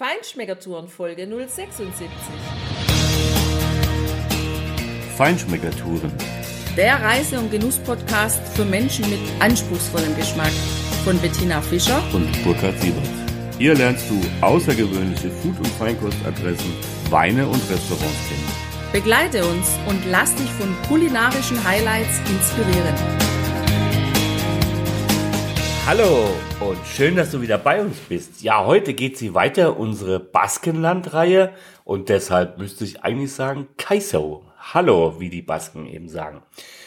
Feinschmeckertouren Folge 076. Feinschmeckertouren. Der Reise- und Genuss-Podcast für Menschen mit anspruchsvollem Geschmack von Bettina Fischer und Burkhard Siebert. Hier lernst du außergewöhnliche Food- und Feinkostadressen, Weine und Restaurants kennen. Begleite uns und lass dich von kulinarischen Highlights inspirieren. Hallo und schön, dass du wieder bei uns bist. Ja, heute geht sie weiter, unsere Baskenland-Reihe, und deshalb müsste ich eigentlich sagen Kaiso. Hallo, wie die Basken eben sagen.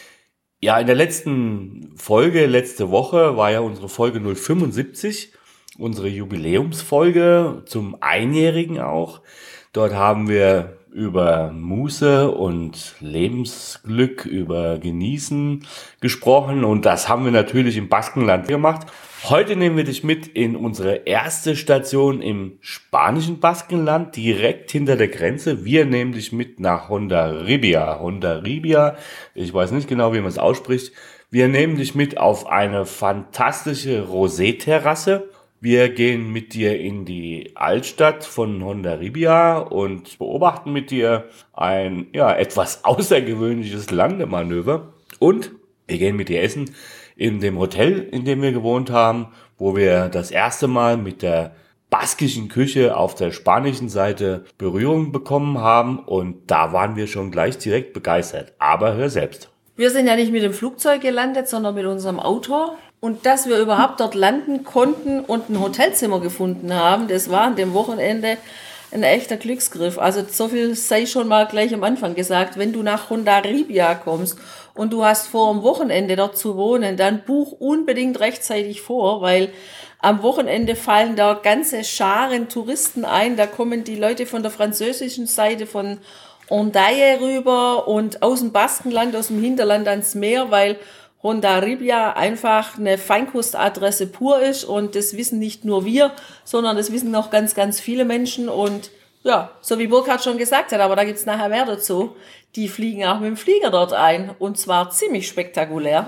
Ja, in der letzten Folge, letzte Woche, war ja unsere Folge 075, unsere Jubiläumsfolge zum Einjährigen auch. Dort haben wir über Muße und Lebensglück, über Genießen gesprochen, und das haben wir natürlich im Baskenland gemacht. Heute nehmen wir dich mit in unsere erste Station im spanischen Baskenland, direkt hinter der Grenze. Wir nehmen dich mit nach Hondarribia. Hondarribia, ich weiß nicht genau, wie man es ausspricht. Wir nehmen dich mit auf eine fantastische Rosé-Terrasse. Wir gehen mit dir in die Altstadt von Hondarribia und beobachten mit dir ein etwas außergewöhnliches Landemanöver. Und wir gehen mit dir essen in dem Hotel, in dem wir gewohnt haben, wo wir das erste Mal mit der baskischen Küche auf der spanischen Seite Berührung bekommen haben. Und da waren wir schon gleich direkt begeistert. Aber hör selbst. Wir sind ja nicht mit dem Flugzeug gelandet, sondern mit unserem Auto. Und dass wir überhaupt dort landen konnten und ein Hotelzimmer gefunden haben, das war an dem Wochenende ein echter Glücksgriff. Also so viel sei schon mal gleich am Anfang gesagt. Wenn du nach Hondarribia kommst und du hast vor, am Wochenende dort zu wohnen, dann buch unbedingt rechtzeitig vor, weil am Wochenende fallen da ganze Scharen Touristen ein. Da kommen die Leute von der französischen Seite von Hendaye rüber und aus dem Baskenland, aus dem Hinterland ans Meer, weil Hondarribia einfach eine Feinkostadresse pur ist, und das wissen nicht nur wir, sondern das wissen auch ganz, ganz viele Menschen. Und ja, so wie Burkhard schon gesagt hat, aber da gibt's nachher mehr dazu, die fliegen auch mit dem Flieger dort ein, und zwar ziemlich spektakulär.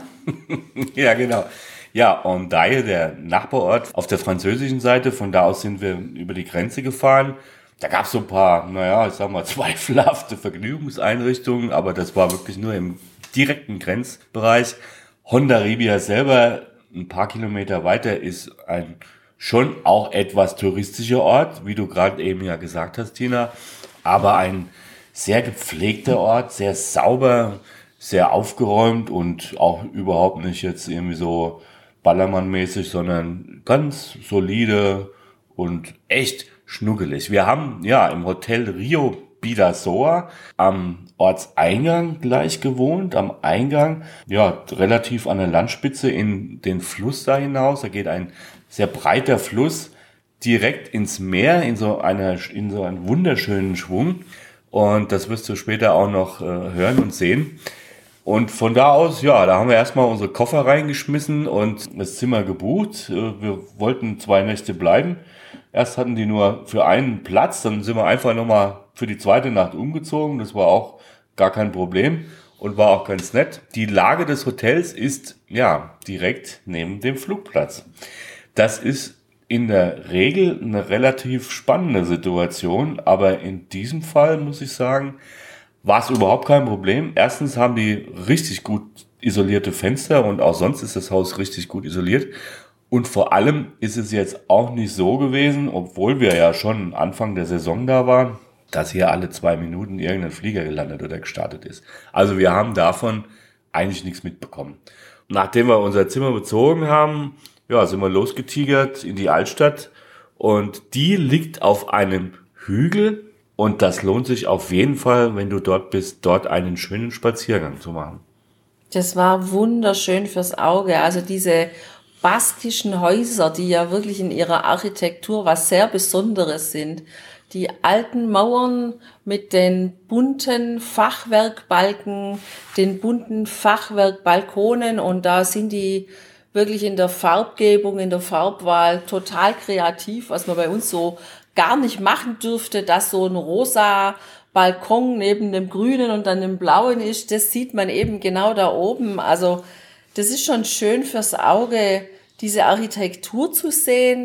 Ja, genau. Ja, Hendaye, der Nachbarort auf der französischen Seite, von da aus sind wir über die Grenze gefahren. Da gab's so ein paar, zweifelhafte Vergnügungseinrichtungen, aber das war wirklich nur im direkten Grenzbereich. Hondarribia selber, ein paar Kilometer weiter, ist ein schon auch etwas touristischer Ort, wie du gerade eben ja gesagt hast, Tina, aber ein sehr gepflegter Ort, sehr sauber, sehr aufgeräumt und auch überhaupt nicht jetzt irgendwie so Ballermann-mäßig, sondern ganz solide und echt schnuckelig. Wir haben ja im Hotel Rio Bidasoa am Ortseingang gleich gewohnt, am Eingang, ja, relativ an der Landspitze in den Fluss da hinaus. Da geht ein sehr breiter Fluss direkt ins Meer in so einen wunderschönen Schwung, und das wirst du später auch noch hören und sehen. Und von da aus, ja, da haben wir erstmal unsere Koffer reingeschmissen und das Zimmer gebucht. Wir wollten 2 Nächte bleiben. Erst hatten die nur für einen Platz, dann sind wir einfach nochmal für die zweite Nacht umgezogen. Das war auch gar kein Problem und war auch ganz nett. Die Lage des Hotels ist, ja, direkt neben dem Flugplatz. Das ist in der Regel eine relativ spannende Situation, aber in diesem Fall, muss ich sagen, war es überhaupt kein Problem. Erstens haben die richtig gut isolierte Fenster, und auch sonst ist das Haus richtig gut isoliert. Und vor allem ist es jetzt auch nicht so gewesen, obwohl wir ja schon Anfang der Saison da waren, dass hier alle 2 Minuten irgendein Flieger gelandet oder gestartet ist. Also wir haben davon eigentlich nichts mitbekommen. Nachdem wir unser Zimmer bezogen haben, ja, sind wir losgetigert in die Altstadt, und die liegt auf einem Hügel, und das lohnt sich auf jeden Fall, wenn du dort bist, dort einen schönen Spaziergang zu machen. Das war wunderschön fürs Auge. Also diese baskischen Häuser, die ja wirklich in ihrer Architektur was sehr Besonderes sind. Die alten Mauern mit den bunten Fachwerkbalken, den bunten Fachwerkbalkonen, und da sind die wirklich in der Farbgebung, in der Farbwahl total kreativ, was man bei uns so gar nicht machen dürfte, dass so ein rosa Balkon neben dem grünen und dann dem blauen ist. Das sieht man eben genau da oben. Also das ist schon schön fürs Auge, diese Architektur zu sehen.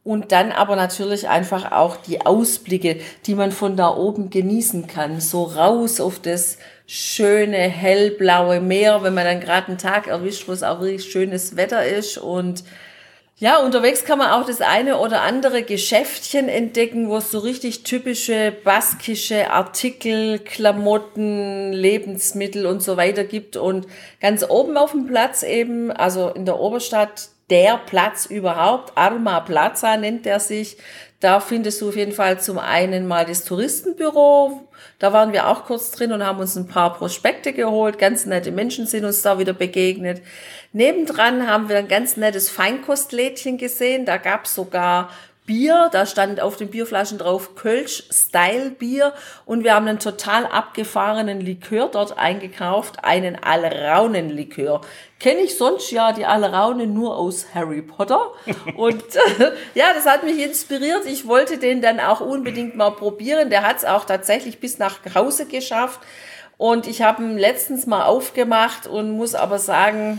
Und dann aber natürlich einfach auch die Ausblicke, die man von da oben genießen kann. So raus auf das schöne, hellblaue Meer, wenn man dann gerade einen Tag erwischt, wo es auch wirklich schönes Wetter ist. Und ja, unterwegs kann man auch das eine oder andere Geschäftchen entdecken, wo es so richtig typische baskische Artikel, Klamotten, Lebensmittel und so weiter gibt. Und ganz oben auf dem Platz eben, also in der Oberstadt, der Platz überhaupt, Arma Plaza nennt er sich. Da findest du auf jeden Fall zum einen mal das Touristenbüro. Da waren wir auch kurz drin und haben uns ein paar Prospekte geholt. Ganz nette Menschen sind uns da wieder begegnet. Nebendran haben wir ein ganz nettes Feinkostlädchen gesehen. Da gab's sogar Bier. Da stand auf den Bierflaschen drauf Kölsch-Style-Bier. Und wir haben einen total abgefahrenen Likör dort eingekauft. Einen Alraunen-Likör. Kenne ich sonst ja die Alraunen nur aus Harry Potter. Und ja, das hat mich inspiriert. Ich wollte den dann auch unbedingt mal probieren. Der hat es auch tatsächlich bis nach Hause geschafft. Und ich habe ihn letztens mal aufgemacht und muss aber sagen,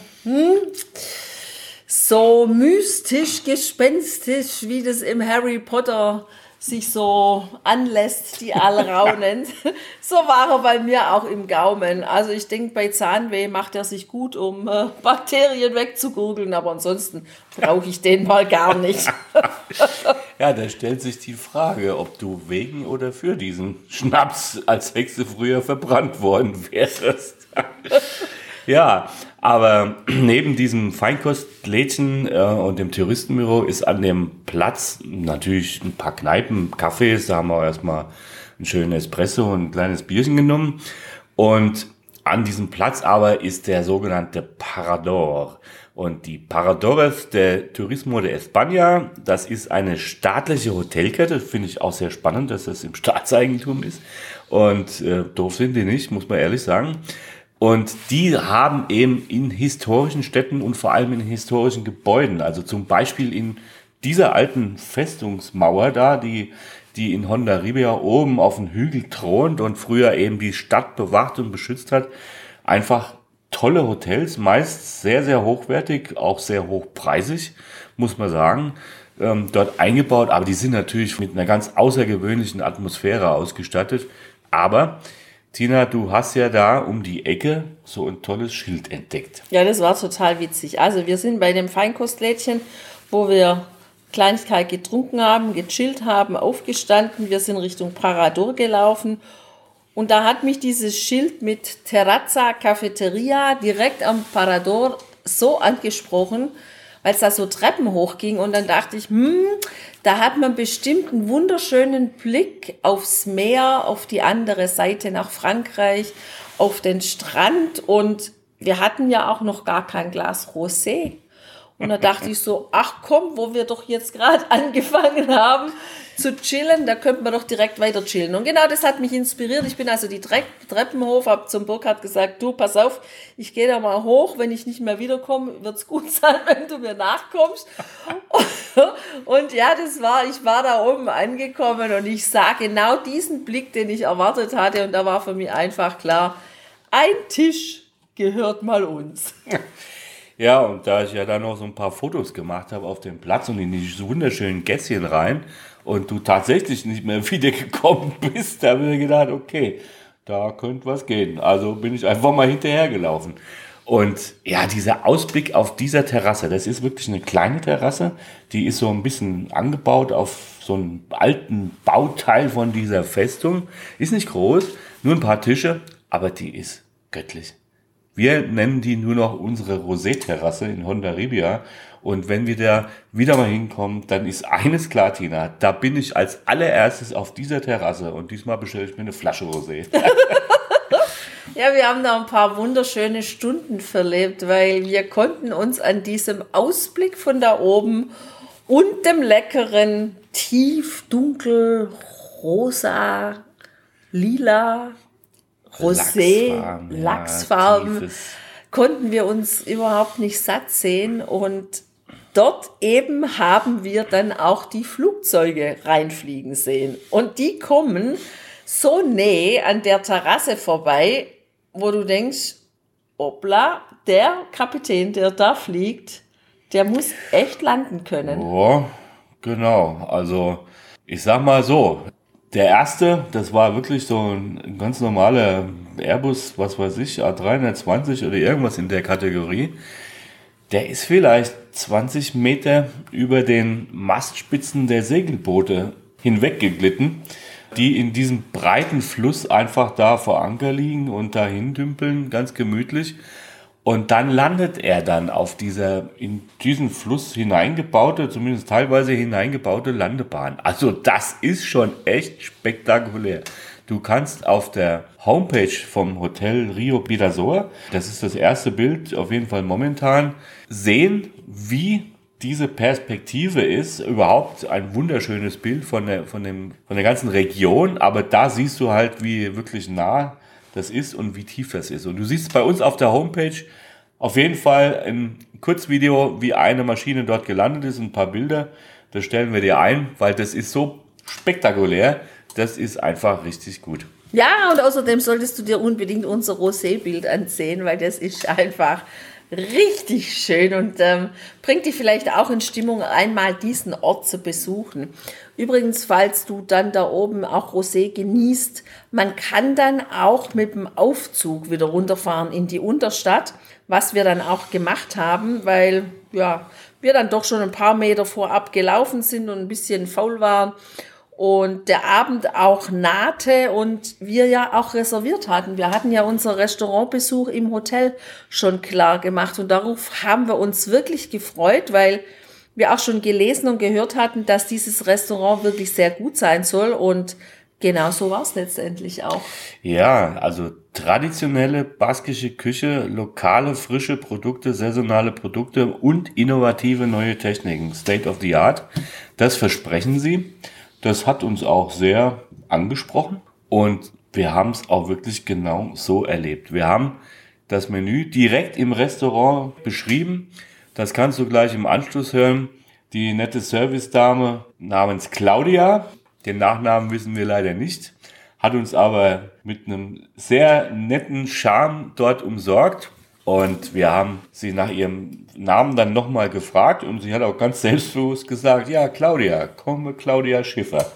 so mystisch, gespenstisch, wie das im Harry Potter sich so anlässt, die Alraunen. So war er bei mir auch im Gaumen. Also ich denke, bei Zahnweh macht er sich gut, um Bakterien wegzugurgeln, aber ansonsten brauche ich den mal gar nicht. Ja, da stellt sich die Frage, ob du wegen oder für diesen Schnaps als Hexe früher verbrannt worden wärst. Ja, aber neben diesem Feinkostlädchen und dem Touristenbüro ist an dem Platz natürlich ein paar Kneipen, Cafés. Da haben wir erstmal einen schönen Espresso und ein kleines Bierchen genommen. Und an diesem Platz aber ist der sogenannte Parador. Und die Paradores de Turismo de España, das ist eine staatliche Hotelkette. Finde ich auch sehr spannend, dass das im Staatseigentum ist. Und doof sind die nicht, muss man ehrlich sagen. Und die haben eben in historischen Städten und vor allem in historischen Gebäuden, also zum Beispiel in dieser alten Festungsmauer da, die in Hondarribia oben auf dem Hügel thront und früher eben die Stadt bewacht und beschützt hat, einfach tolle Hotels, meist sehr, sehr hochwertig, auch sehr hochpreisig, muss man sagen, dort eingebaut. Aber die sind natürlich mit einer ganz außergewöhnlichen Atmosphäre ausgestattet. Aber Tina, du hast ja da um die Ecke so ein tolles Schild entdeckt. Ja, das war total witzig. Also wir sind bei dem Feinkostlädchen, wo wir Kleinigkeit getrunken haben, gechillt haben, aufgestanden. Wir sind Richtung Parador gelaufen. Und da hat mich dieses Schild mit Terrazza Cafeteria direkt am Parador so angesprochen, weil es da so Treppen hochging. Und dann dachte ich, da hat man bestimmt einen wunderschönen Blick aufs Meer, auf die andere Seite nach Frankreich, auf den Strand. Und wir hatten ja auch noch gar kein Glas Rosé. Und da dachte ich so, ach komm, wo wir doch jetzt gerade angefangen haben zu chillen, da könnten wir doch direkt weiter chillen. Und genau das hat mich inspiriert. Ich bin also die Treppen hoch, habe zum Burkhard gesagt, du, pass auf, ich gehe da mal hoch, wenn ich nicht mehr wiederkomme, wird's gut sein, wenn du mir nachkommst. Und ja, ich war da oben angekommen und ich sah genau diesen Blick, den ich erwartet hatte. Und da war für mich einfach klar, ein Tisch gehört mal uns. Ja, und da ich ja dann noch so ein paar Fotos gemacht habe auf dem Platz und in die wunderschönen Gässchen rein und du tatsächlich nicht mehr wiedergekommen bist, da habe ich mir gedacht, okay, da könnte was gehen. Also bin ich einfach mal hinterhergelaufen. Und ja, dieser Ausblick auf dieser Terrasse, das ist wirklich eine kleine Terrasse, die ist so ein bisschen angebaut auf so einen alten Bauteil von dieser Festung. Ist nicht groß, nur ein paar Tische, aber die ist göttlich. Wir nennen die nur noch unsere Rosé-Terrasse in Hondarribia. Und wenn wir da wieder mal hinkommen, dann ist eines klar, Tina, da bin ich als allererstes auf dieser Terrasse und diesmal bestelle ich mir eine Flasche Rosé. Ja, wir haben da ein paar wunderschöne Stunden verlebt, weil wir konnten uns an diesem Ausblick von da oben und dem leckeren, tief, dunkel, rosa, lila, Rosé, Lachsfarben, ja, konnten wir uns überhaupt nicht satt sehen. Und dort eben haben wir dann auch die Flugzeuge reinfliegen sehen. Und die kommen so näher an der Terrasse vorbei, wo du denkst, hoppla, der Kapitän, der da fliegt, der muss echt landen können. Oh, Genau, also ich sag mal so, der erste, das war wirklich so ein ganz normaler Airbus, was weiß ich, A320 oder irgendwas in der Kategorie. Der ist vielleicht 20 Meter über den Mastspitzen der Segelboote hinweggeglitten, die in diesem breiten Fluss einfach da vor Anker liegen und dahin dümpeln, ganz gemütlich. Und dann landet er dann auf in diesen Fluss hineingebaute, zumindest teilweise hineingebaute Landebahn. Also das ist schon echt spektakulär. Du kannst auf der Homepage vom Hotel Rio Bidasoa, das ist das erste Bild, auf jeden Fall momentan, sehen, wie diese Perspektive ist. Überhaupt ein wunderschönes Bild von der ganzen Region, aber da siehst du halt, wie wirklich nah das ist und wie tief das ist. Und du siehst bei uns auf der Homepage auf jeden Fall ein Kurzvideo, wie eine Maschine dort gelandet ist, ein paar Bilder. Das stellen wir dir ein, weil das ist so spektakulär. Das ist einfach richtig gut. Ja, und außerdem solltest du dir unbedingt unser Rosé-Bild ansehen, weil das ist einfach richtig schön und bringt dich vielleicht auch in Stimmung, einmal diesen Ort zu besuchen. Übrigens, falls du dann da oben auch Rosé genießt, man kann dann auch mit dem Aufzug wieder runterfahren in die Unterstadt, was wir dann auch gemacht haben, weil ja, wir dann doch schon ein paar Meter vorab gelaufen sind und ein bisschen faul waren. Und der Abend auch nahte und wir ja auch reserviert hatten. Wir hatten ja unser Restaurantbesuch im Hotel schon klar gemacht und darauf haben wir uns wirklich gefreut, weil wir auch schon gelesen und gehört hatten, dass dieses Restaurant wirklich sehr gut sein soll und genau so war es letztendlich auch. Ja, also traditionelle baskische Küche, lokale frische Produkte, saisonale Produkte und innovative neue Techniken, State of the Art, das versprechen sie. Das hat uns auch sehr angesprochen und wir haben es auch wirklich genau so erlebt. Wir haben das Menü direkt im Restaurant beschrieben. Das kannst du gleich im Anschluss hören. Die nette Service-Dame namens Claudia, den Nachnamen wissen wir leider nicht, hat uns aber mit einem sehr netten Charme dort umsorgt. Und wir haben sie nach ihrem Namen dann nochmal gefragt und sie hat auch ganz selbstbewusst gesagt, ja, Claudia, komme Claudia Schiffer.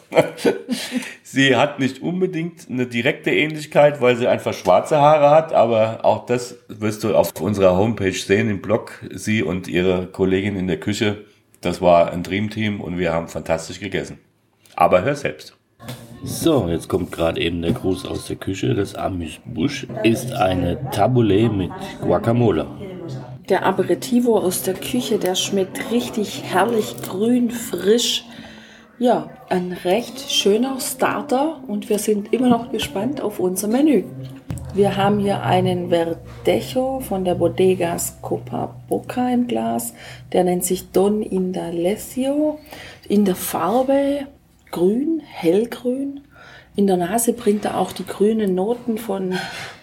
Sie hat nicht unbedingt eine direkte Ähnlichkeit, weil sie einfach schwarze Haare hat, aber auch das wirst du auf unserer Homepage sehen, im Blog, sie und ihre Kollegin in der Küche. Das war ein Dreamteam und wir haben fantastisch gegessen. Aber hör selbst. So, jetzt kommt gerade eben der Gruß aus der Küche. Das Amuse-Bouche ist eine Tabouleh mit Guacamole. Der Aperitivo aus der Küche, der schmeckt richtig herrlich grün, frisch. Ja, ein recht schöner Starter und wir sind immer noch gespannt auf unser Menü. Wir haben hier einen Verdejo von der Bodegas Copaboca im Glas. Der nennt sich Don Indalecio. In der Farbe grün, hellgrün. In der Nase bringt er auch die grünen Noten von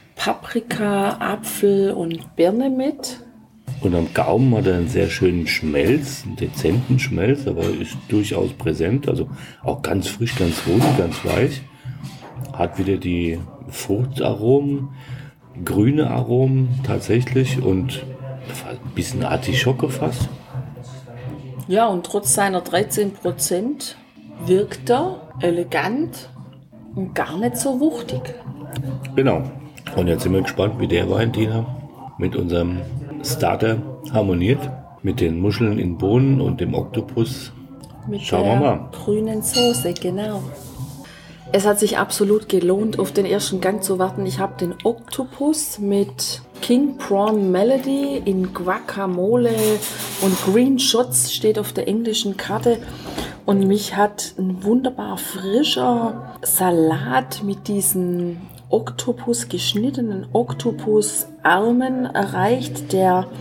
Paprika, Apfel und Birne mit. Und am Gaumen hat er einen sehr schönen Schmelz, einen dezenten Schmelz, aber ist durchaus präsent. Also auch ganz frisch, ganz rosig, ganz weich. Hat wieder die Fruchtaromen, grüne Aromen tatsächlich und ein bisschen Artischocke fast. Ja, und trotz seiner 13% wirkt er elegant und gar nicht so wuchtig. Genau. Und jetzt sind wir gespannt, wie der Wein, Tina, mit unserem Starter harmoniert. Mit den Muscheln in Bohnen und dem Oktopus. Schauen wir mal. Mit der grünen Soße, genau. Es hat sich absolut gelohnt, auf den ersten Gang zu warten. Ich habe den Oktopus mit King Prawn Melody in Guacamole und Green Shots steht auf der englischen Karte. Und mich hat ein wunderbar frischer Salat mit diesen geschnittenen Oktopusarmen erreicht.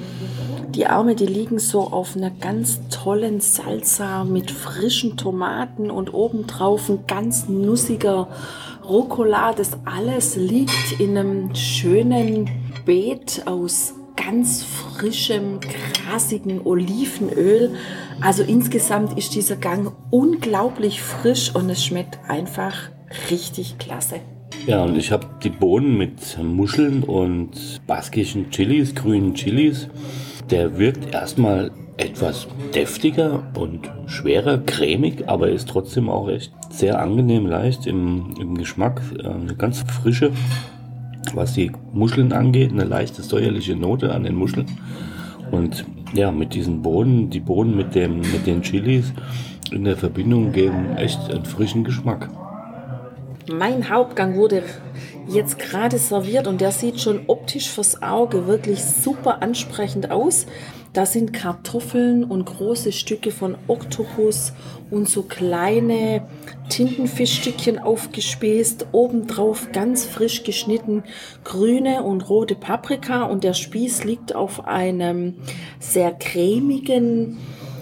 Die Arme, die liegen so auf einer ganz tollen Salsa mit frischen Tomaten und obendrauf ein ganz nussiger Rucola. Das alles liegt in einem schönen Beet aus ganz frischem, grasigen Olivenöl. Also insgesamt ist dieser Gang unglaublich frisch und es schmeckt einfach richtig klasse. Ja, und ich habe die Bohnen mit Muscheln und baskischen Chilis, grünen Chilis. Der wirkt erstmal etwas deftiger und schwerer, cremig, aber ist trotzdem auch echt sehr angenehm, leicht im Geschmack. Eine ganz frische, was die Muscheln angeht, eine leichte säuerliche Note an den Muscheln. Und ja, mit diesen Bohnen, die Bohnen mit den Chilis in der Verbindung geben echt einen frischen Geschmack. Mein Hauptgang wurde jetzt gerade serviert und der sieht schon optisch fürs Auge wirklich super ansprechend aus. Da sind Kartoffeln und große Stücke von Oktopus und so kleine Tintenfischstückchen aufgespießt. Obendrauf ganz frisch geschnitten grüne und rote Paprika und der Spieß liegt auf einem sehr cremigen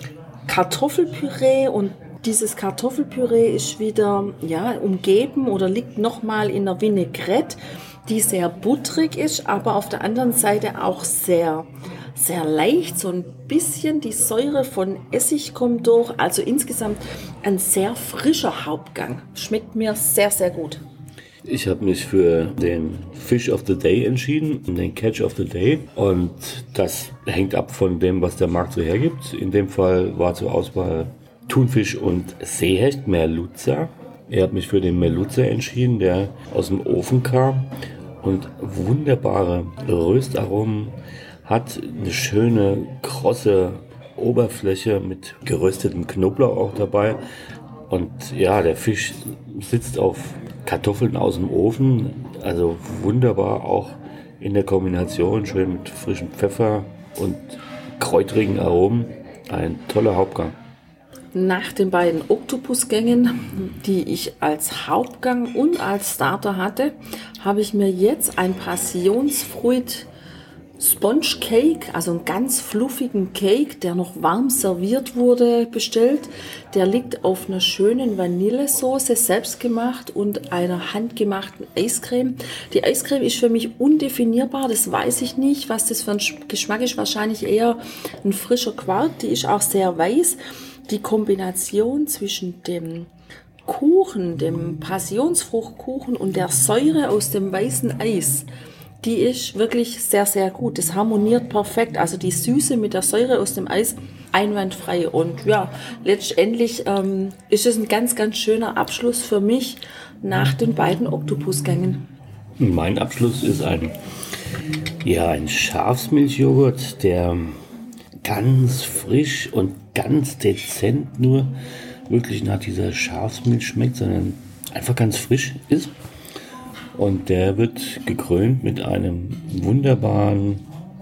Kartoffelpüree und dieses Kartoffelpüree ist wieder umgeben oder liegt nochmal in einer Vinaigrette, die sehr butterig ist, aber auf der anderen Seite auch sehr, sehr leicht. So ein bisschen die Säure von Essig kommt durch. Also insgesamt ein sehr frischer Hauptgang. Schmeckt mir sehr, sehr gut. Ich habe mich für den Fish of the Day entschieden, den Catch of the Day. Und das hängt ab von dem, was der Markt so hergibt. In dem Fall war zur Auswahl Thunfisch und Seehecht, Merluzza. Ich habe mich für den Merluzza entschieden, der aus dem Ofen kam und wunderbare Röstaromen hat, eine schöne, krosse Oberfläche mit geröstetem Knoblauch auch dabei. Und ja, der Fisch sitzt auf Kartoffeln aus dem Ofen, also wunderbar auch in der Kombination, schön mit frischem Pfeffer und kräutrigen Aromen. Ein toller Hauptgang. Nach den beiden Oktopusgängen, die ich als Hauptgang und als Starter hatte, habe ich mir jetzt ein Passionsfruit Sponge Cake, also einen ganz fluffigen Cake, der noch warm serviert wurde, bestellt. Der liegt auf einer schönen Vanillesoße, selbst gemacht, und einer handgemachten Eiscreme. Die Eiscreme ist für mich undefinierbar, das weiß ich nicht, was das für ein Geschmack ist. Wahrscheinlich eher ein frischer Quark, die ist auch sehr weiß. Die Kombination zwischen dem Kuchen, dem Passionsfruchtkuchen und der Säure aus dem weißen Eis, die ist wirklich sehr, sehr gut. Das harmoniert perfekt. Also die Süße mit der Säure aus dem Eis einwandfrei. Und ja, letztendlich ist es ein ganz, ganz schöner Abschluss für mich nach den beiden Oktopusgängen. Mein Abschluss ist ein Schafsmilchjoghurt, der ganz frisch und ganz dezent nur wirklich nach dieser Schafsmilch schmeckt, sondern einfach ganz frisch ist. Und der wird gekrönt mit einem wunderbaren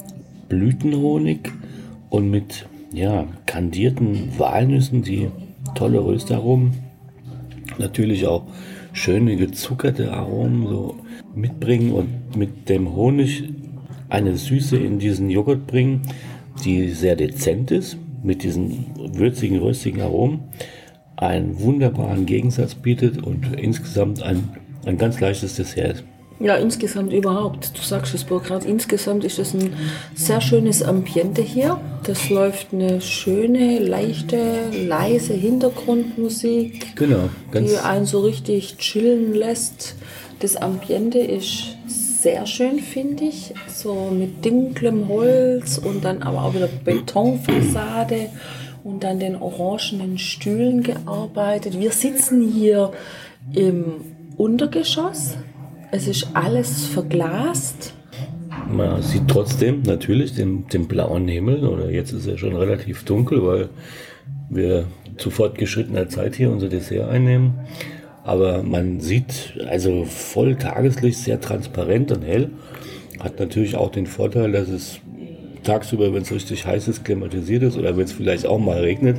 Blütenhonig und mit kandierten Walnüssen, die tolle Röstaromen, natürlich auch schöne gezuckerte Aromen so mitbringen und mit dem Honig eine Süße in diesen Joghurt bringen, die sehr dezent ist, mit diesen würzigen, röstigen Aromen, einen wunderbaren Gegensatz bietet und insgesamt ein ganz leichtes Dessert. Ja, insgesamt überhaupt. Du sagst es, Burkhard, insgesamt ist es ein sehr schönes Ambiente hier. Das läuft eine schöne, leichte, leise Hintergrundmusik, genau, die einen so richtig chillen lässt. Das Ambiente ist sehr schön, finde ich. So mit dunklem Holz und dann aber auch wieder Betonfassade und dann den orangenen Stühlen gearbeitet. Wir sitzen hier im Untergeschoss. Es ist alles verglast. Man sieht trotzdem natürlich den blauen Himmel, oder jetzt ist er schon relativ dunkel, weil wir zu fortgeschrittener Zeit hier unser Dessert einnehmen. Aber man sieht also voll Tageslicht, sehr transparent und hell. Hat natürlich auch den Vorteil, dass es tagsüber, wenn es richtig heiß ist, klimatisiert ist, oder wenn es vielleicht auch mal regnet,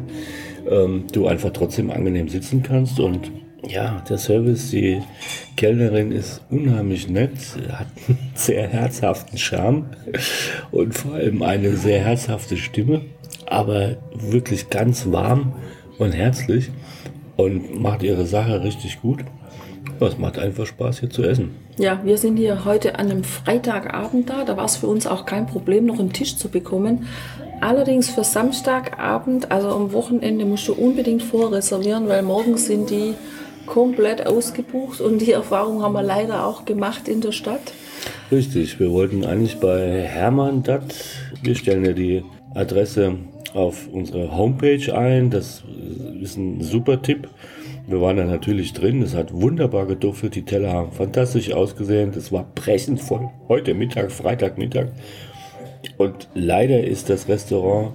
du einfach trotzdem angenehm sitzen kannst. Und ja, der Service, die Kellnerin ist unheimlich nett, hat einen sehr herzhaften Charme und vor allem eine sehr herzhafte Stimme, aber wirklich ganz warm und herzlich und macht ihre Sache richtig gut. Es macht einfach Spaß, hier zu essen. Ja, wir sind hier heute an einem Freitagabend da. Da war es für uns auch kein Problem, noch einen Tisch zu bekommen. Allerdings für Samstagabend, also am Wochenende, musst du unbedingt vorreservieren, weil morgen sind die komplett ausgebucht und die Erfahrung haben wir leider auch gemacht in der Stadt. Richtig, wir wollten eigentlich bei Hermann dat, wir stellen ja die Adresse auf unsere Homepage ein. Das ist ein super Tipp. Wir waren da natürlich drin. Es hat wunderbar geduftet. Die Teller haben fantastisch ausgesehen. Das war brechend voll. Heute Mittag, Freitagmittag. Und leider ist das Restaurant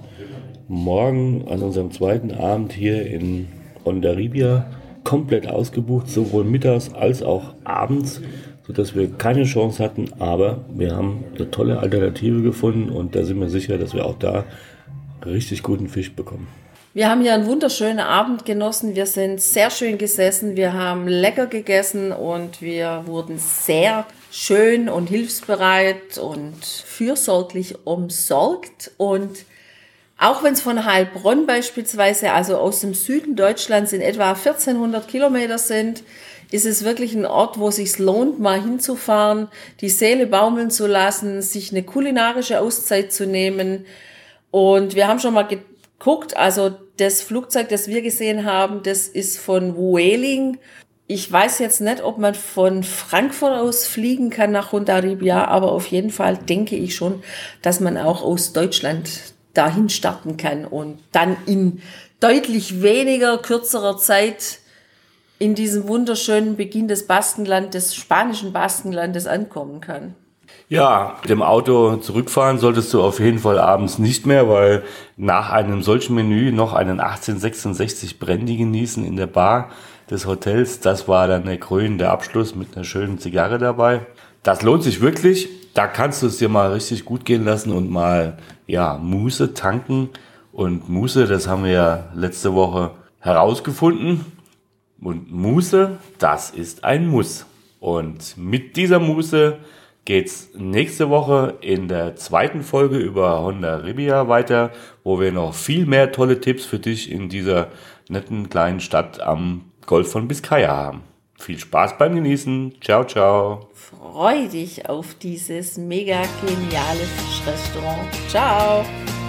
morgen an unserem zweiten Abend hier in Hondarribia komplett ausgebucht, sowohl mittags als auch abends, sodass wir keine Chance hatten. Aber wir haben eine tolle Alternative gefunden und da sind wir sicher, dass wir auch da richtig guten Fisch bekommen. Wir haben hier einen wunderschönen Abend genossen. Wir sind sehr schön gesessen. Wir haben lecker gegessen und wir wurden sehr schön und hilfsbereit und fürsorglich umsorgt. Und auch wenn es von Heilbronn beispielsweise, also aus dem Süden Deutschlands in etwa 1400 Kilometer sind, ist es wirklich ein Ort, wo es sich lohnt, mal hinzufahren, die Seele baumeln zu lassen, sich eine kulinarische Auszeit zu nehmen. Und wir haben schon mal geguckt, also das Flugzeug, das wir gesehen haben, das ist von Vueling. Ich weiß jetzt nicht, ob man von Frankfurt aus fliegen kann nach Hondarribia, aber auf jeden Fall denke ich schon, dass man auch aus Deutschland dahin starten kann und dann in deutlich weniger kürzerer Zeit in diesem wunderschönen Beginn des Baskenland, des spanischen Baskenlandes ankommen kann. Ja, mit dem Auto zurückfahren solltest du auf jeden Fall abends nicht mehr, weil nach einem solchen Menü noch einen 1866 Brandy genießen in der Bar des Hotels, das war dann der krönende Abschluss mit einer schönen Zigarre dabei. Das lohnt sich wirklich, da kannst du es dir mal richtig gut gehen lassen und mal Muße tanken. Und Muße, das haben wir ja letzte Woche herausgefunden. Und Muße, das ist ein Muss. Und mit dieser Muße geht's nächste Woche in der zweiten Folge über Hondarribia weiter, wo wir noch viel mehr tolle Tipps für dich in dieser netten kleinen Stadt am Golf von Biskaya haben. Viel Spaß beim Genießen. Ciao, ciao. Freu dich auf dieses mega geniale Fischrestaurant. Ciao.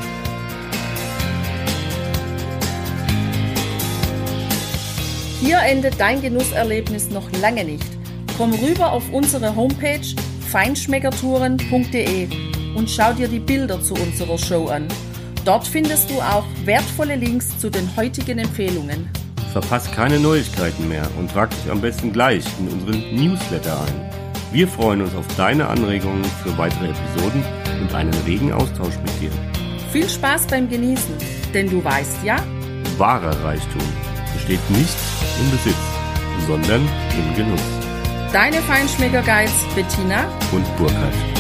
Hier endet dein Genusserlebnis noch lange nicht. Komm rüber auf unsere Homepage feinschmeckertouren.de und schau dir die Bilder zu unserer Show an. Dort findest du auch wertvolle Links zu den heutigen Empfehlungen. Verpass keine Neuigkeiten mehr und trag dich am besten gleich in unseren Newsletter ein. Wir freuen uns auf deine Anregungen für weitere Episoden und einen regen Austausch mit dir. Viel Spaß beim Genießen, denn du weißt ja, wahrer Reichtum besteht nicht im Besitz, sondern im Genuss. Deine Feinschmecker-Guides Bettina und Burkhard.